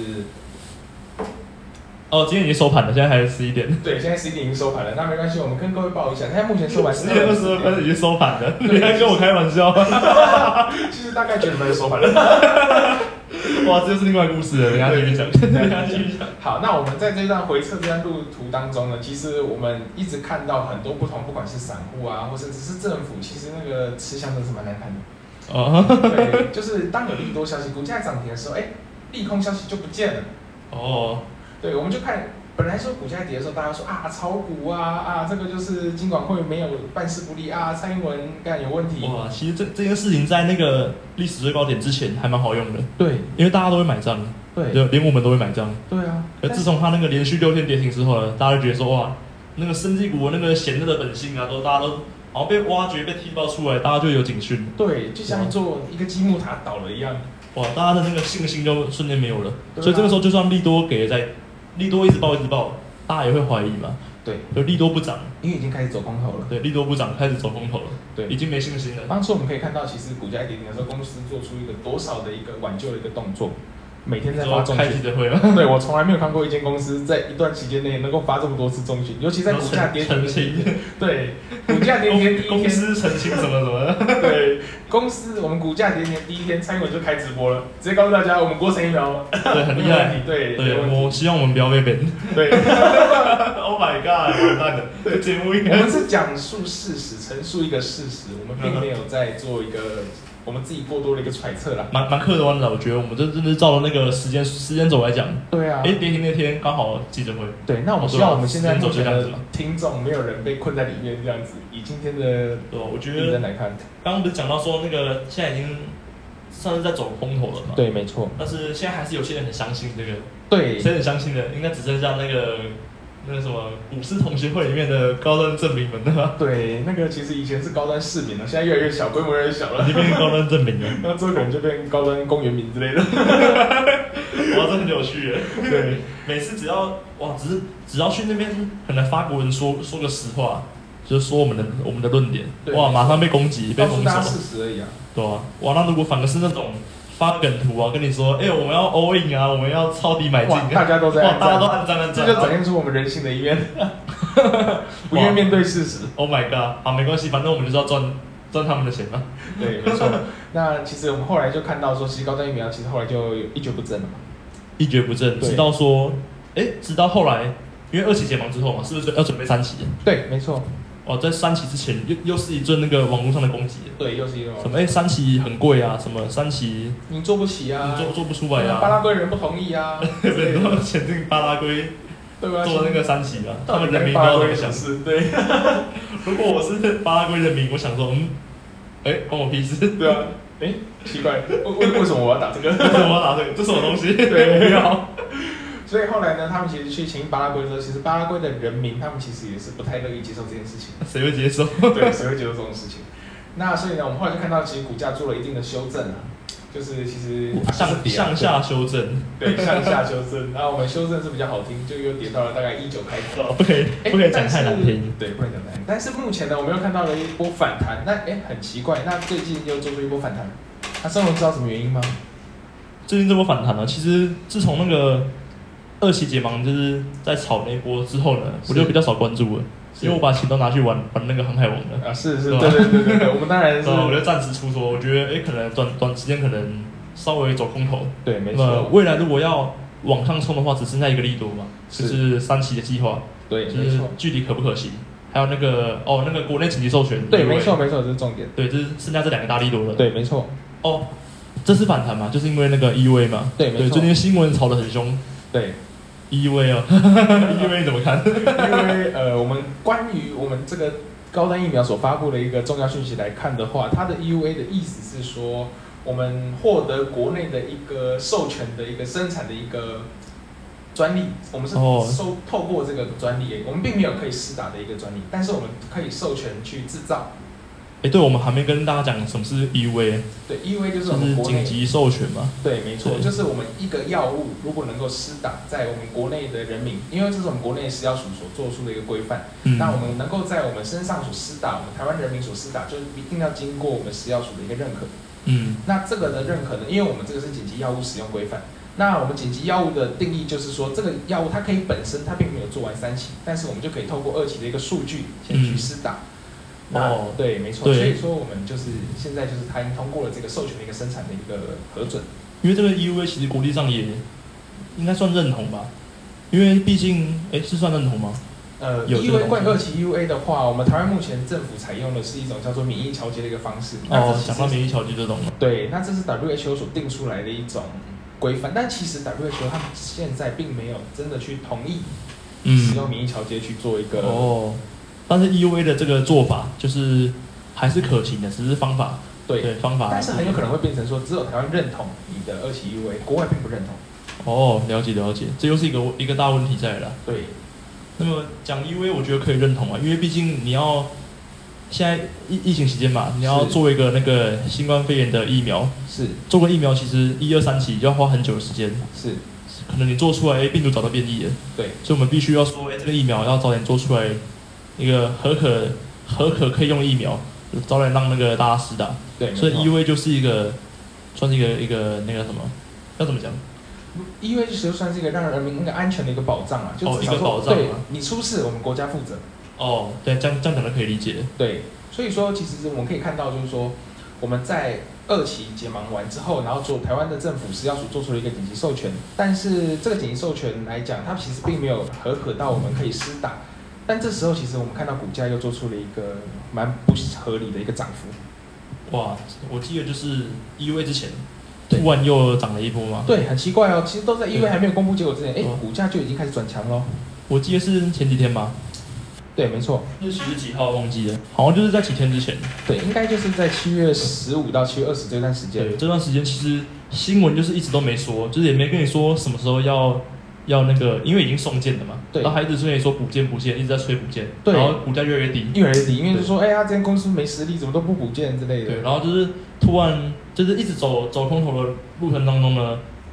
哦，今天已经收盘了，现在还是十一点。 对，现在十一点已经收盘了，那没关系，我们跟各位报一下，现在目前收盘十点二十二分已经收盘了，你还跟我开玩笑？ 其实大概九点半就收盘了。 哇，这就是另外故事了，等下继续讲，等下继续讲。 好，那我们在这段回测这段路途当中呢，其实我们一直看到很多不同，不管是散户啊，或甚至是政府，其实那个吃相真的是蛮难看的。哦，对，就是当有利多消息，股价涨停的时候，哎，利空消息就不见了。哦。对，我们就看，本来说股价跌的时候，大家说啊，炒股啊啊，这个就是金管会没有办事不力啊，蔡英文干有问题。哇， 其实这这件事情在那个历史最高点之前还蛮好用的。 对， 因为大家都会买账。 对， 就连我们都会买账。 对啊。 可自从他那个连续六天跌停之后呢，大家就觉得说哇，那个生技股那个闲着的本性啊，都大家都好像被挖掘、被踢爆出来，大家就有警讯。 对，就像一座一个积木塔倒了一样。 哇，大家的那个信心就瞬间没有了。啊、所以这个时候就算利多给在。利多一直爆一直爆，大家也会怀疑嘛。 对， 就利多不涨， 因为已经开始走空头了。 对，利多不涨，开始走空头了。对，已经没信心了。 当初我们可以看到，其实股价跌停的时候，公司做出一个多少的一个挽救的一个动作，每天在发重讯。 开记者会吗？ 对，我从来没有看过一间公司在一段期间内能够发这么多次重讯，尤其在股价跌停。澄清。对，股价跌停第一天。 公司澄清什么什么？ 对，公司我们股价跌停第一天，蔡英文就开直播了，直接告诉大家我们国产疫苗对很厉害。 对对，我希望我们不要被贬。 对。 Oh my god！ 完蛋了。对，节目应该。 我们是讲述事实，陈述一个事实，我们并没有在做一个。我们自己过多的一个揣测啦， 蛮蛮客观的，我觉得我们这真的是照着那个时间时间轴来讲。 对啊， 哎，跌停那天刚好记者会。 对，那我们希望我们现在目前的听众没有人被困在里面这样子。以今天的对，我觉得来看， 刚刚不是讲到说那个现在已经算是在走空头了嘛？ 对，没错。 但是现在还是有些人很相信这个， 对， 谁很相信的？应该只剩下那个。那个什么股市同学会里面的高端证明们对吧？ 对，那个其实以前是高端市民了，现在越来越小，规模越来越小了， 就变高端证明了。 那之后可能就变高端公园民之类的。 哇，这很有趣耶。 对， 每次只要哇，只是只要去那边，可能法国人说说个实话，就是说我们的我们的论点，哇，马上被攻击，被封锁。 事实而已啊。 对啊，哇，那如果反而是那种发梗图啊，跟你说，哎、欸，我们要 all in 啊，我们要抄底买进， 大家都在按赞， 大家都按赞按赞， 这就展现出我们人性的一面，不愿面对事实。 Oh my god， 好，没关系，反正我们就是要赚赚他们的钱嘛。 对，没错。那其实我们后来就看到说，其实高端疫苗其实后来就一蹶不振了嘛， 一蹶不振，直到说，哎、欸，直到后来，因为二期解盲之后嘛，是不是要准备三期？ 对，没错。 哦，在三期之前又又是一阵那个网络上的攻击， 对，又是一个什么哎、欸、三期很贵啊，什么三期你做不起啊， 你做做不出来啊， 巴拉圭人不同意啊， 很多前进巴拉圭对吧？ 做那个三期啊，他们人民不知道怎么想。 对， 如果我是巴拉圭人民，我想说，嗯，哎、欸，关我屁事。 对啊，哎、欸，奇怪，为为什么我要打这个？ 为什么我要打这个？这是什么东西？ 对，不要。所以后来呢，他们其实去请巴拉圭的时候，其实巴拉圭的人民，他们其实也是不太乐意接受这件事情。 谁会接受？ 对，谁会接受这种事情？那所以呢，我们后来就看到，其实股价做了一定的修正啊，就是其实向向下修正， 对，向下修正。然后我们修正是比较好听，就又跌到了大概一九开头， 不可以不可以讲太难听， 对，不能讲太难听。但是目前呢，我们又看到了一波反弹，那哎很奇怪，那最近又做出一波反弹，那生龙知道什么原因吗？ 最近这波反弹呢，其实自从那个二期解盲就是在炒那一波之后呢，我就比较少关注了，因为我把钱都拿去玩玩那个航海王了。 啊，是是，对对对对对，我们当然是， 我就暂时出说，我觉得哎、欸，可能短短时间可能稍微走空头。 对，没错。 未来如果要往上冲的话，只剩下一个利多嘛，就是三期的计划。 对， 就是具体可不可行，还有那个哦，那个国内紧急授权。 对，没错没错，这是重点。 对，就是剩下这两个大利多了。 对，没错。 哦，这是反弹嘛，就是因为那个 E U A 嘛。 对，没错。 最近新闻炒得很凶。 对。 E U A 哦 ，E U A 怎么看？ 因为呃，我们关于我们这个高端疫苗所发布的一个重要讯息来看的话，它的 E U A 的意思是说，我们获得国内的一个授权的一个生产的一个专利，我们是收透过这个专利，我们并没有可以施打的一个专利，但是我们可以授权去制造。 哎，对，我们还没跟大家讲什么是 E U A。 对 ，E U A 就是我们国内紧急授权嘛。 对，没错，就是我们一个药物如果能够施打在我们国内的人民，因为这是我们国内食药署所做出的一个规范，嗯、那我们能够在我们身上所施打，我们台湾人民所施打，就是一定要经过我们食药署的一个认可。嗯，那这个的认可呢，因为我们这个是紧急药物使用规范。那我们紧急药物的定义就是说，这个药物它可以本身它并没有做完三期，但是我们就可以透过二期的一个数据先去施打。嗯哦，对，没错，所以说我们就是现在就是它已经通过了这个授权的一个生产的一个核准。 因为这个 E U A 其实国际上也应该算认同吧，因为毕竟，哎，是算认同吗？ 呃 ，E U A 冠二期 E U A 的话，我们台湾目前政府采用的是一种叫做免疫调节的一个方式。 哦，讲到免疫调节这种了。 对，那这是 W H O 所定出来的一种规范，但其实 W H O 他们现在并没有真的去同意使用免疫调节去做一个、 嗯、哦。但是 E U A 的这个做法就是还是可行的，只是方法对, 对方法， 但是很有可能会变成说，只有台湾认同你的二期 E U A， 国外并不认同。 哦，了解了解，这又是一个一个大问题在了。 对， 那么讲 E U A， 我觉得可以认同啊，因为毕竟你要现在疫疫情期间嘛，你要做一个那个新冠肺炎的疫苗， 是做个疫苗，其实一二三期就要花很久的时间， 是。 可能你做出来，哎，病毒早就变异了， 对， 所以我们必须要说，哎，这个疫苗要早点做出来一个合可合可可以用的疫苗，早点让那个大家施打。 对， 所以 E U A 就是一个算是一个一个那个什么，要怎么讲 ？E U A 其实算是一个让人民那个安全的一个保障啊，就哦一个保障、啊， 对，你出事我们国家负责。 哦，对，这样这样讲的可以理解。 对，所以说其实我们可以看到，就是说我们在二期解盲完之后，然后做台湾的政府食药署做出了一个紧急授权，但是这个紧急授权来讲，它其实并没有核可到我们可以施打。但这时候其实我们看到股价又做出了一个蛮不合理的一个涨幅。 哇，我记得就是 E U A 之前突然又涨了一波嘛。 对，很奇怪哦，其实都在 E U A 还没有公布结果之前，哎、哦，股价就已经开始转强咯。 我记得是前几天吧。 对，没错。 日期是几号忘记了，好像就是在几天之前。 对，应该就是在七月十五到七月二十这段时间。 对，这段时间其实新闻就是一直都没说，就是也没跟你说什么时候要要那个，因为已经送件了嘛。 对。 然后还一直跟你说补件补件，一直在催补件。 对。 然后股价越来越低， 越来越低，因为就说，哎呀，这间公司没实力，怎么都不补件之类的。 对，然后就是突然就是一直走走空头的路程当中呢，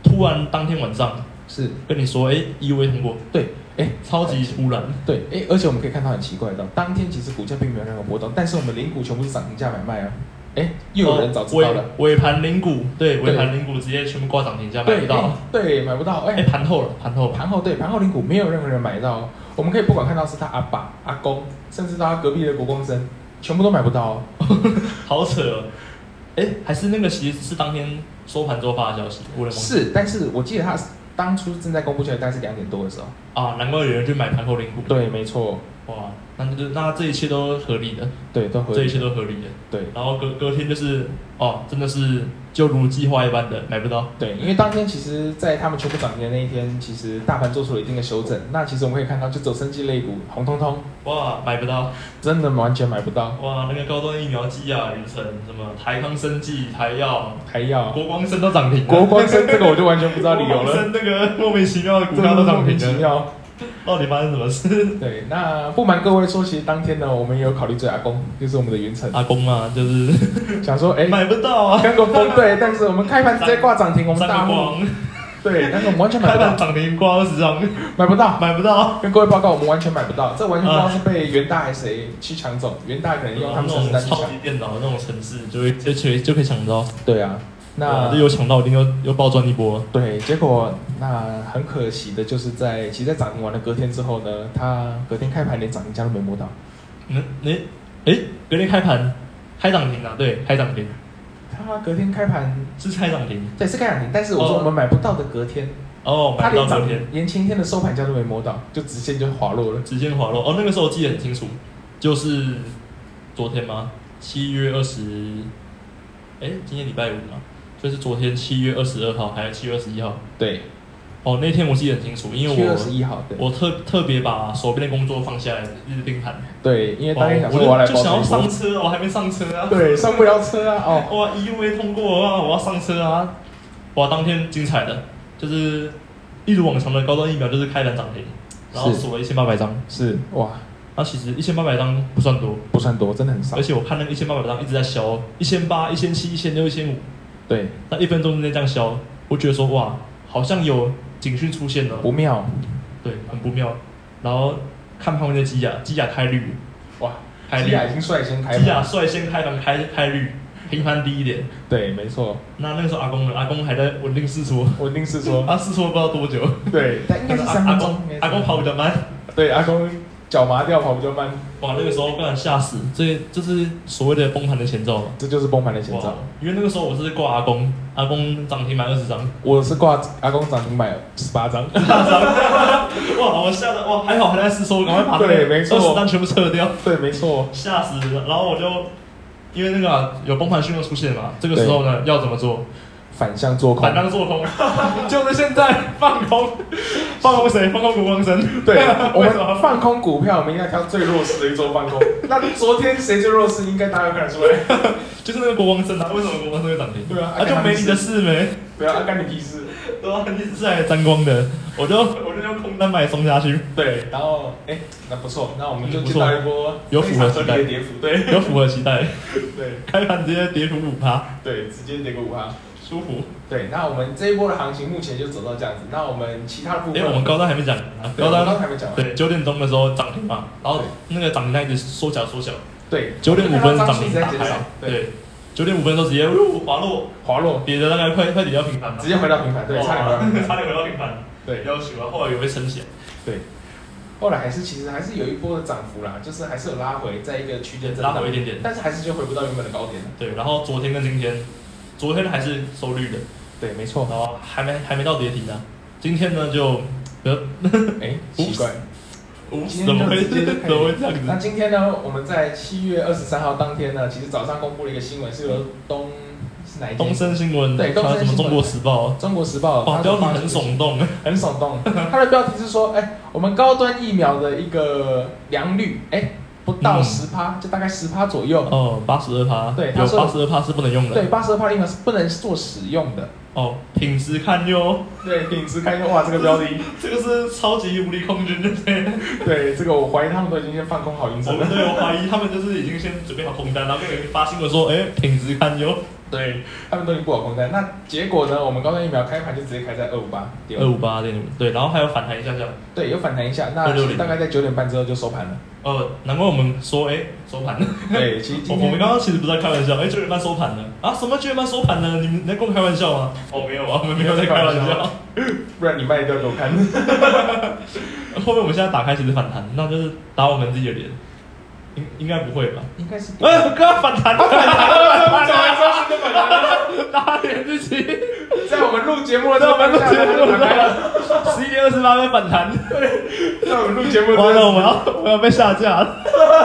突然当天晚上是跟你说，哎、欸，E U A 通过， 对，哎， 超级突然， 对，哎，而且我们可以看到很奇怪的，当天其实股价并没有任何波动，但是我们零股全部是涨停价买卖啊。哎，又有人早知道了。 尾盘零股，对，尾盘零股直接全部挂涨停价，买不到。 对，买不到。哎， 盘后了，盘后， 盘后对，盘后零股没有任何人买到。我们可以不管看到是他阿爸、阿公，甚至到他隔壁的国光生，全部都买不到。 好扯哦。哎，还是那个其实是当天收盘之后发的消息，我是，但是我记得他当初正在公布出来，大概是两点多的时候。 啊，难怪有人去买盘后零股。 对，没错。 哇，那就那这一切都合理的， 对，都合理， 这一切都合理的， 对。 然后隔隔天就是哦，真的是就如计划一般的买不到， 对，因为当天其实，在他们全部涨停的那一天，其实大盘做出了一定的修正。那其实我们可以看到，就走生技类股红彤彤， 哇，买不到， 真的完全买不到。 哇，那个高端疫苗基亚、宇程什么台康生技、台药、 台药、 国光生都涨停， 国光生这个我就完全不知道理由了。 国光生那个莫名其妙的股票都涨停了。 到底发生什么事？ 对，那不瞒各位说，其实当天呢，我们也有考虑追阿公，就是我们的云城阿公啊，就是想说，哎、欸， 买不到啊， 跟个风对，但是我们开盘直接挂涨停，我们大户，对，但是我们完全买不到， 开盘涨停挂二十张， 买不到， 买不到。 跟各位报告，我们完全买不到，这完全不知道是被元大还是谁去抢走，元大可能用他们生产去抢。 超级电脑那种程式，就会就就就可以抢到。 对啊。那就有抢到，一定又又暴赚一波。 对，结果那很可惜的就是在，其实，在涨停完了隔天之后呢，它隔天开盘连涨停价都没摸到。 嗯，你哎，隔天开盘开涨停啊？对，开涨停。 它隔天开盘是开涨停， 对，是开涨停。但是我说我们买不到的隔天， 哦， 它连涨停，连前天的收盘价都没摸到，就直线就滑落了。 直线滑落。哦，那个时候我记得很清楚，就是昨天吗？七月二十，哎，今天礼拜五嘛。就是昨天七月二十二号还是七月二十一号？ 对， 哦，那天我记得很清楚，因为我七月二十一号，对， 我特特别把手边的工作放下来，一直盯盘。 对，因为当天想说我要来就想要上车，我还没上车啊。 对，上不了车啊。哦， 哇 ，E U A 通过啊，我要上车啊！哇，当天精彩的，就是一如往常的高端疫苗，就是开盘涨停，然后锁了一千八百张。 是哇， 那其实一千八百张不算多， 不算多，真的很少。 而且我看那个一千八百张一直在消，一千八、一千七、一千六、一千五。 对， 那一分钟之内这样消，我觉得说哇，好像有警讯出现了， 不妙， 对，很不妙。然后看旁边的基亚，基亚开绿， 哇，基亚已经率先开， 基亚率先开盘开开绿，平盘低一点， 对，没错。 那那个时候阿公呢？阿公还在稳定试错， 稳定试错， 他试错不知道多久， 对，但应该是三分钟。 阿公跑比较慢， 对，阿公脚麻掉，跑比较慢。 哇，那个时候不然吓死，这就是所谓的崩盘的前兆嘛。 这就是崩盘的前兆。 因为那个时候我是挂阿公，阿公涨停买二十张， 我是挂阿公涨停买十八张。 十八张，哇，我吓得哇，还好还在试错，赶快把对，没错， 二十单全部撤掉。 对，没错， 吓死了。然后我就因为那个、啊、有崩盘讯号出现嘛，这个时候呢要怎么做？ 反向做空， 反向做空，就是现在放空，放空谁？放空国光生。 对，我们放空股票，我们应该挑最弱势的一周放空。那昨天谁最弱势？应该大家有看得出来， 就是那个国光生啊。为什么国光生会涨停？ 对啊， 啊就没你的事没。 对啊，干你屁事。 对啊，你只是来沾光的，我就我就用空单买松下去。 对，然后哎，那不错，那我们就见到一波有符合期待的跌幅，对， 有符合期待。 对， 开盘直接跌幅五趴， 对，直接跌个五趴。 舒服。 对，那我们这一波的行情目前就走到这样子。那我们其他的部分， 哎，我们高端还没讲， 高端还没讲完。 对，九点钟的时候涨停嘛，然后那个涨停单一直缩小缩小。 对， 九点五分涨停打开， 对， 九点五分的时候直接滑落， 滑落， 跌的大概快快跌到平盘， 直接回到平盘，对，差点回到平盘， 差点回到平盘， 对， 要求啊，后来有被撑起来， 对。后来还是其实还是有一波的涨幅啦，就是还是有拉回，在一个区间拉回一点点， 但是还是就回不到原本的高点了。 对，然后昨天跟今天，昨天还是收绿的。 对，没错。 然后还没还没到跌停呢，今天呢就，呃， 哎，奇怪， 今天怎么会怎么会这样子？ 那今天呢，我们在七月二十三号当天呢，其实早上公布了一个新闻，是由东是哪一东森新闻， 对，东森什么中国时报， 中国时报， 哦，标题很耸动， 很耸动。它的标题是说，哎，我们高端疫苗的一个良率，哎。不到十趴，就大概十趴左右。 哦，八十二趴， 对， 有八十二趴是不能用的。 对，八十二趴疫苗是不能做使用的。 哦，品质堪忧。 对，品质堪忧。哇，这个标题， 这个是超级无敌空军，对不对？ 对，这个我怀疑他们都已经先放空好营生了。 对，我怀疑他们就是已经先准备好空单，然后给人发新闻说，哎，品质堪忧。 对，他们都已经布好空单。那结果呢？我们高端疫苗开盘就直接开在二五八点二五八点五，对，然后还有反弹一下下， 对，有反弹一下。那大概在九点半之后就收盘了。 呃，难怪我们说，哎、欸，收盘了。 对，其实我我们刚刚其实不是在开玩笑，哎、欸，九点半收盘了啊？什么九点半收盘了？你们在跟我开玩笑吗？哦，没有啊，我们没有在开玩笑， 不然你卖掉给我看。 后面我们现在打开其实反弹，那就是打我们自己的脸。应应该不会吧？ 应该是。 哎，刚刚反弹了， 反弹了，讲完之后就反弹了， 打脸自己。 在我们录节目的时候，我们录节目的时候， 十一点二十八分反弹。 对，在我们录节目的时候， 完了，我们要我们要被下架了。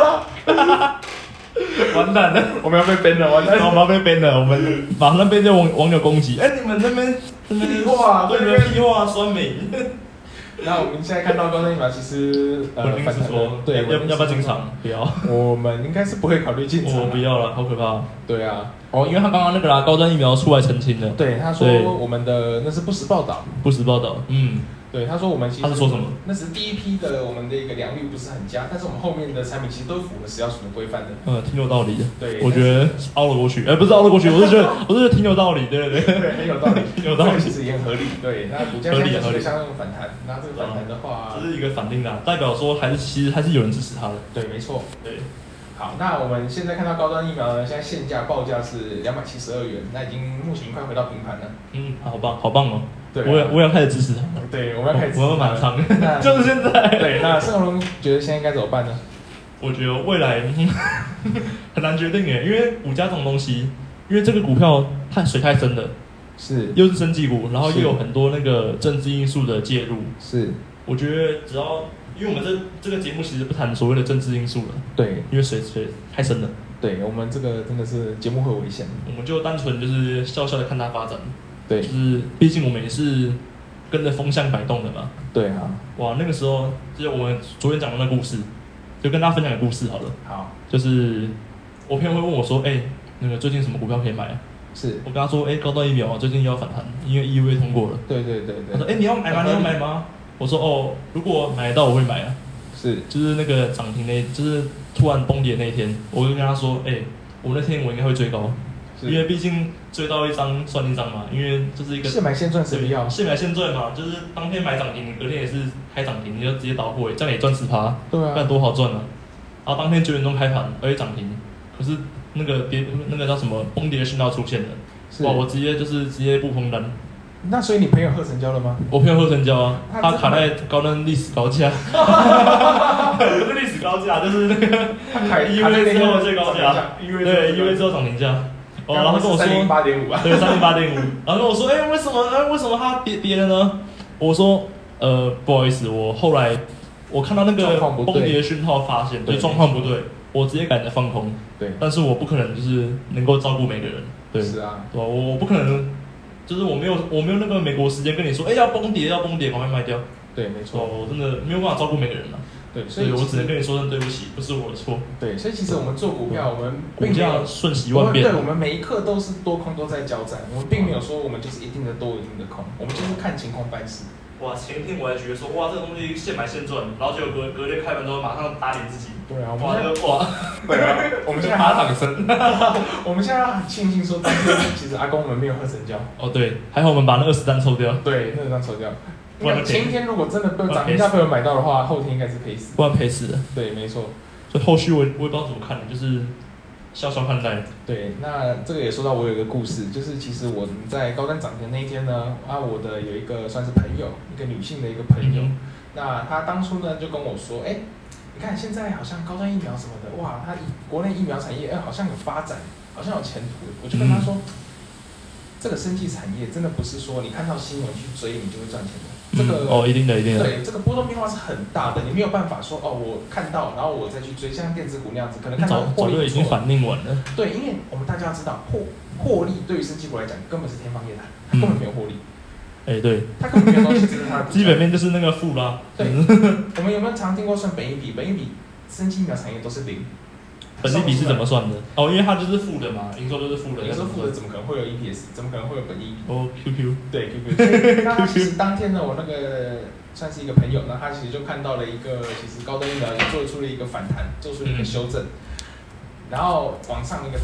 完蛋了， 我们要被 ban 了，完蛋了， 我们要被 ban 了，我们马上被这网网友攻击。哎、欸，你们那边屁话， 对你们屁话酸美。 那我们现在看到高端疫苗，其实呃， 反弹说，对，要要不要进场？不要， 我们应该是不会考虑进场。 我不要了，好可怕。 对啊， 哦，因为他刚刚那个啦，高端疫苗出来澄清了。 对，他说我们的那是不实报道， 不实报道。嗯， 对，他说我们其实他是说什么？ 那是第一批的，我们的一个良率不是很佳，但是我们后面的产品其实都符合食药署的规范的。 嗯，挺有道理的。 对， 我觉得凹了过去，哎、欸，不是凹了过去，我是觉得我是觉得挺有道理，对对对，对，很有道理， 有道理， 其实也很合理。对，那股价现在就是相应反弹，那这个反弹的话， 这、嗯就是一个反定啦，代表说还是其实还是有人支持他的。 对，没错。 对。 好，那我们现在看到高端疫苗呢，现在现价报价是两百七十二元，那已经目前快回到平盘了。 嗯，好棒，好棒哦！ 对、啊， 我也我也要开始支持他。 对，我们要开始支持他。 我要满仓，就是现在。 对，那盛龙觉得现在该怎么办呢？ 我觉得未来很难决定耶，因为股价这种东西，因为这个股票太水太深了， 是， 又是生技股，然后又有很多那个政治因素的介入， 是。 我觉得只要。因为我们这这个节目其实不谈所谓的政治因素了， 对， 因为水水太深了， 对我们这个真的是节目会危险， 我们就单纯就是笑笑的看它发展， 对， 就是毕竟我们也是跟着风向摆动的嘛， 对啊， 哇，那个时候就是我们昨天讲的那故事，就跟大家分享个故事好了， 好， 就是我朋友会问我说，哎、欸，那个最近什么股票可以买啊？ 是我跟他说，哎、欸，高端疫苗最近又要反弹，因为 E U A 通过了， 对对对对， 他说，哎、欸，你要买吗？你要买吗？我说哦，如果买得到我会买啊， 是， 就是那个涨停那，就是突然崩跌那一天，我就跟他说，哎、欸，我那天我应该会追高，因为毕竟追到一张算一张嘛，因为这是一个现买现赚谁不要？ 现买现赚嘛，就是当天买涨停，隔天也是开涨停，你就直接倒货，这样也赚十趴， 对啊， 看多好赚啊！然后当天九点钟开盘，而且涨停，可是那个跌那个叫什么崩跌讯号出现了，哇，我直接就是直接不空单。 那所以你朋友贺成交了吗？ 我朋友贺成交啊，他卡在高端历史高价，不是历史高价，就是那个他卡一月之后最高价，对，一月之后涨停价。哦，然后跟我说三零八点五啊， 对，三零八点五。然后跟我说，哎、欸，为什么？哎、欸，为什么他跌跌了呢？我说，呃，不好意思，我后来我看到那个崩跌讯号，发现对状况不对，我直接赶着放空。 对， 但是我不可能就是能够照顾每个人，对， 是啊， 对吧？我我不可能。就是我没有我没有那个美国时间跟你说，哎、欸，要崩跌要崩跌，赶快卖掉。 对，没错， 我真的没有办法照顾每个人了。 对， 所以我只能跟你说声对不起，不是我的错。 对，所以其实我们做股票，我们股价瞬息万变， 对，我们每一刻都是多空都在交战，我们并没有说我们就是一定的多一定的空，我们就是看情况办事。 哇，前一天我还觉得说，哇，这个东西现买现赚，然后结果隔隔天开盘之后马上打脸自己。 对啊， 哇，这个哇， 对啊，我们现在打掌声。我们现在很庆幸说，当天其实阿公我们没有喝成交。 哦，对，还好我们把那二十单抽掉。 对，那张抽掉。那前一天如果真的被涨停价被我买到的话，后天应该是赔死。 不然赔死了。 对，没错。 所以后续我我也不知道怎么看，就是笑笑看待。 对，那这个也说到我有一个故事，就是其实我在高端涨停那一天呢，啊，我的有一个算是朋友，一个女性的一个朋友，嗯、那她当初呢就跟我说，哎、欸，你看现在好像高端疫苗什么的，哇，它国内疫苗产业哎、欸、好像有发展，好像有前途。我就跟她说，嗯、这个生技产业真的不是说你看到新闻去追你就会赚钱的。这个、 嗯、哦，一定的，一定的。 对，这个波动变化是很大的，你没有办法说哦，我看到，然后我再去追，像电子股那样子，可能看到获利早就已经反应完了。 对，因为我们大家要知道，获获利对于生技股来讲根本是天方夜谭，它根本没有获利。 哎、嗯欸，对， 它根本没有东西支撑它的。 基本面就是那个负啦。 对，我们有没有常听过算本益比？本益比生技疫苗产业都是零。 本益比是怎么算的？哦，因为它就是负的嘛，营收就是负的。 营收负的怎么可能会有 E P S？ 怎么可能会有本益比？ 哦 ，Q Q。 对 Q Q。那其实当天呢，我那个算是一个朋友，那他其实就看到了一个，其实高端疫苗也做出了一个反弹，做出了一个修正，嗯、然后往上一个弹，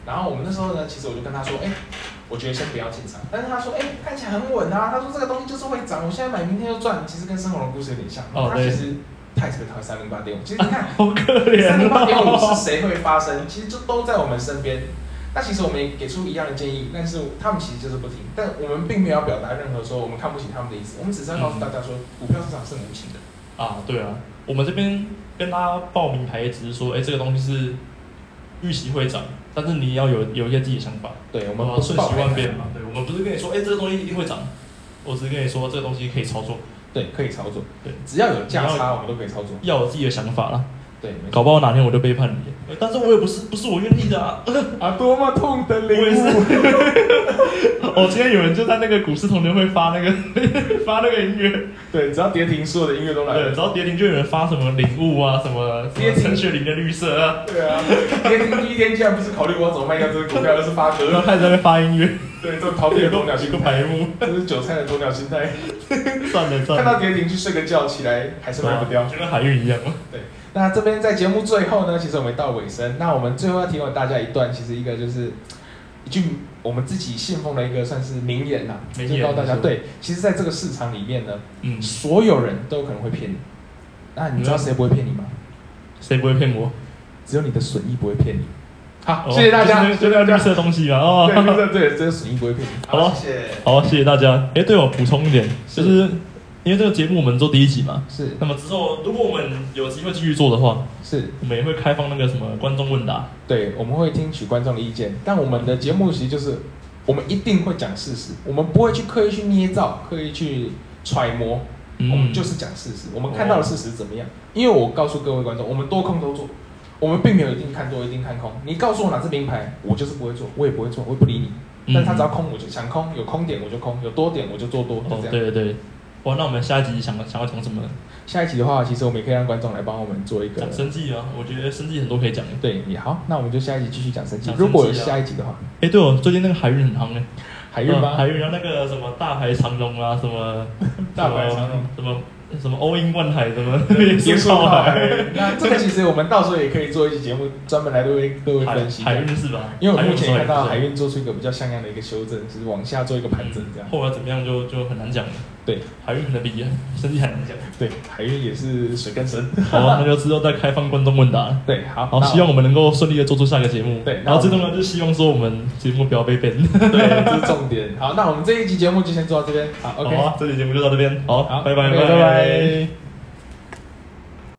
然后我们那时候呢，其实我就跟他说，哎、欸，我觉得先不要进场。但是他说，哎、欸，看起来很稳啊。他说这个东西就是会涨，我现在买明天就赚。其实跟生活的故事有点像。 哦， 他其实他也是个三零八点五。其实你看， 好可怜、哦。 三零八点五是谁会发生？其实就都在我们身边。那其实我们也给出一样的建议，但是他们其实就是不听。但我们并没有表达任何说我们看不起他们的意思，我们只是要告诉大家说，嗯、股票市场是无情的。 啊，对啊，我们这边跟大家报名牌，只是说，哎、欸，这个东西是预期会涨，但是你要有有一些自己的想法。 对，我们不是瞬息万变嘛。对，我们不是跟你说，哎、欸，这个东西一定会涨，我只是跟你说这个东西可以操作。 对，可以操作。 对， 只要有价差，我们都可以操作。 要有自己的想法啦。 对， 搞不好哪天我就背叛你，但是我也不是不是我愿意的啊！ 啊，多么痛的领悟！ 我也是。哦，今天有人就在那个股市同学会发那个发那个音乐， 对，只要跌停，所有的音乐都来了。 对，只要跌停就有人发什么领悟啊，什么跌停陈雪玲的绿色啊。 对啊，跌停第一天竟然不是考虑我要怎么卖掉这个股票，而是发歌， 然后开始在那边发音乐。 对，这种逃避的鸵鸟心态， 白目， 这是韭菜的鸵鸟心态。 算了算了， 看到跌停去睡个觉，起来还是卖不掉， 就跟海运一样嘛。 对。那这边在节目最后呢，其实我们到尾声，那我们最后要提醒大家一段，其实一个就是一句我们自己信奉的一个算是名言呐、啊，就告诉大家，对，其实在这个市场里面呢，嗯，所有人都有可能会骗你，那你知道谁不会骗你吗？ 谁不会骗我？ 只有你的损益不会骗你。好，谢谢大家， 就那个绿色东西嘛，哦， 对，绿色对，这个损益不会骗你。 好，谢谢，好，谢谢大家。哎，对我补充一点，就是因为这个节目我们做第一集嘛， 是。 那么之后如果我们有机会继续做的话， 是， 我们也会开放那个什么观众问答。 对，我们会听取观众的意见，但我们的节目其实就是我们一定会讲事实，我们不会去刻意去捏造、刻意去揣摩，嗯、我们就是讲事实。我们看到的事实怎么样？因为我告诉各位观众，我们多空都做。我们并没有一定看多，一定看空。你告诉我哪只名牌，我就是不会做，我也不会做，我也不理你。嗯、但他只要空，我就想空，有空点我就空，有多点我就做多，就这样。 哦、对对对。哇，那我们下一集想想要讲什么呢？ 下一集的话，其实我们也可以让观众来帮我们做一个讲生计啊。我觉得生计很多可以讲。 对，也好，那我们就下一集继续讲生计。如果有下一集的话， 哎、欸，对哦，最近那个海运很夯哎。 海运吗？ 呃、海运，然后那个什么大牌长荣啊，什么大牌长荣， 什么。什么欧英万海什么别说海，那这个其实我们到时候也可以做一期节目，专门来为各位分析海运是吧？ 因为我目前看到海运做出一个比较像样的一个修正，就是往下做一个盘整这样。 后来怎么样就就很难讲了。对，海运可能比生计还难讲。 对，海运也是水更深。 好，那就之后再开放观众问答。 对，好， 好，希望我们能够顺利的做出下一个节目。 对， 然后最重要就是希望说我们节目不要被 ban。 对，这是重点。好，那我们这一集节目就先做到这边。好 ，OK， 好、啊，这期节目就到这边。好，好，拜拜， 拜拜。